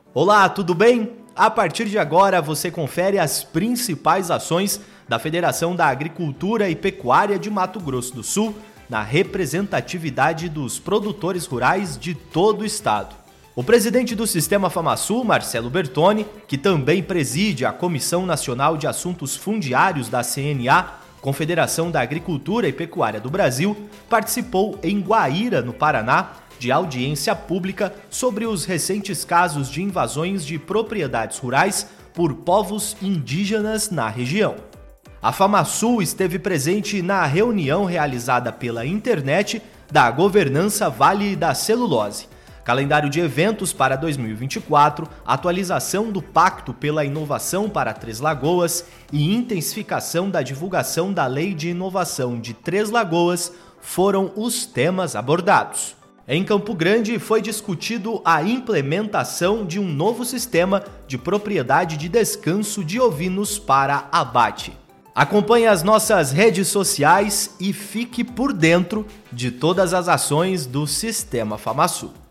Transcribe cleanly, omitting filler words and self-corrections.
Olá, tudo bem? A partir de agora você confere as principais ações da Federação da Agricultura e Pecuária de Mato Grosso do Sul na representatividade dos produtores rurais de todo o estado. O presidente do Sistema FamaSul, Marcelo Bertoni, que também preside a Comissão Nacional de Assuntos Fundiários da CNA, Confederação da Agricultura e Pecuária do Brasil, participou em Guaíra, no Paraná, de audiência pública sobre os recentes casos de invasões de propriedades rurais por povos indígenas na região. A FamaSul esteve presente na reunião realizada pela internet da Governança Vale da Celulose, calendário de eventos para 2024, atualização do Pacto pela Inovação para Três Lagoas e intensificação da divulgação da Lei de Inovação de Três Lagoas foram os temas abordados. Em Campo Grande foi discutido a implementação de um novo sistema de propriedade de descanso de ovinos para abate. Acompanhe as nossas redes sociais e fique por dentro de todas as ações do Sistema FamaSul.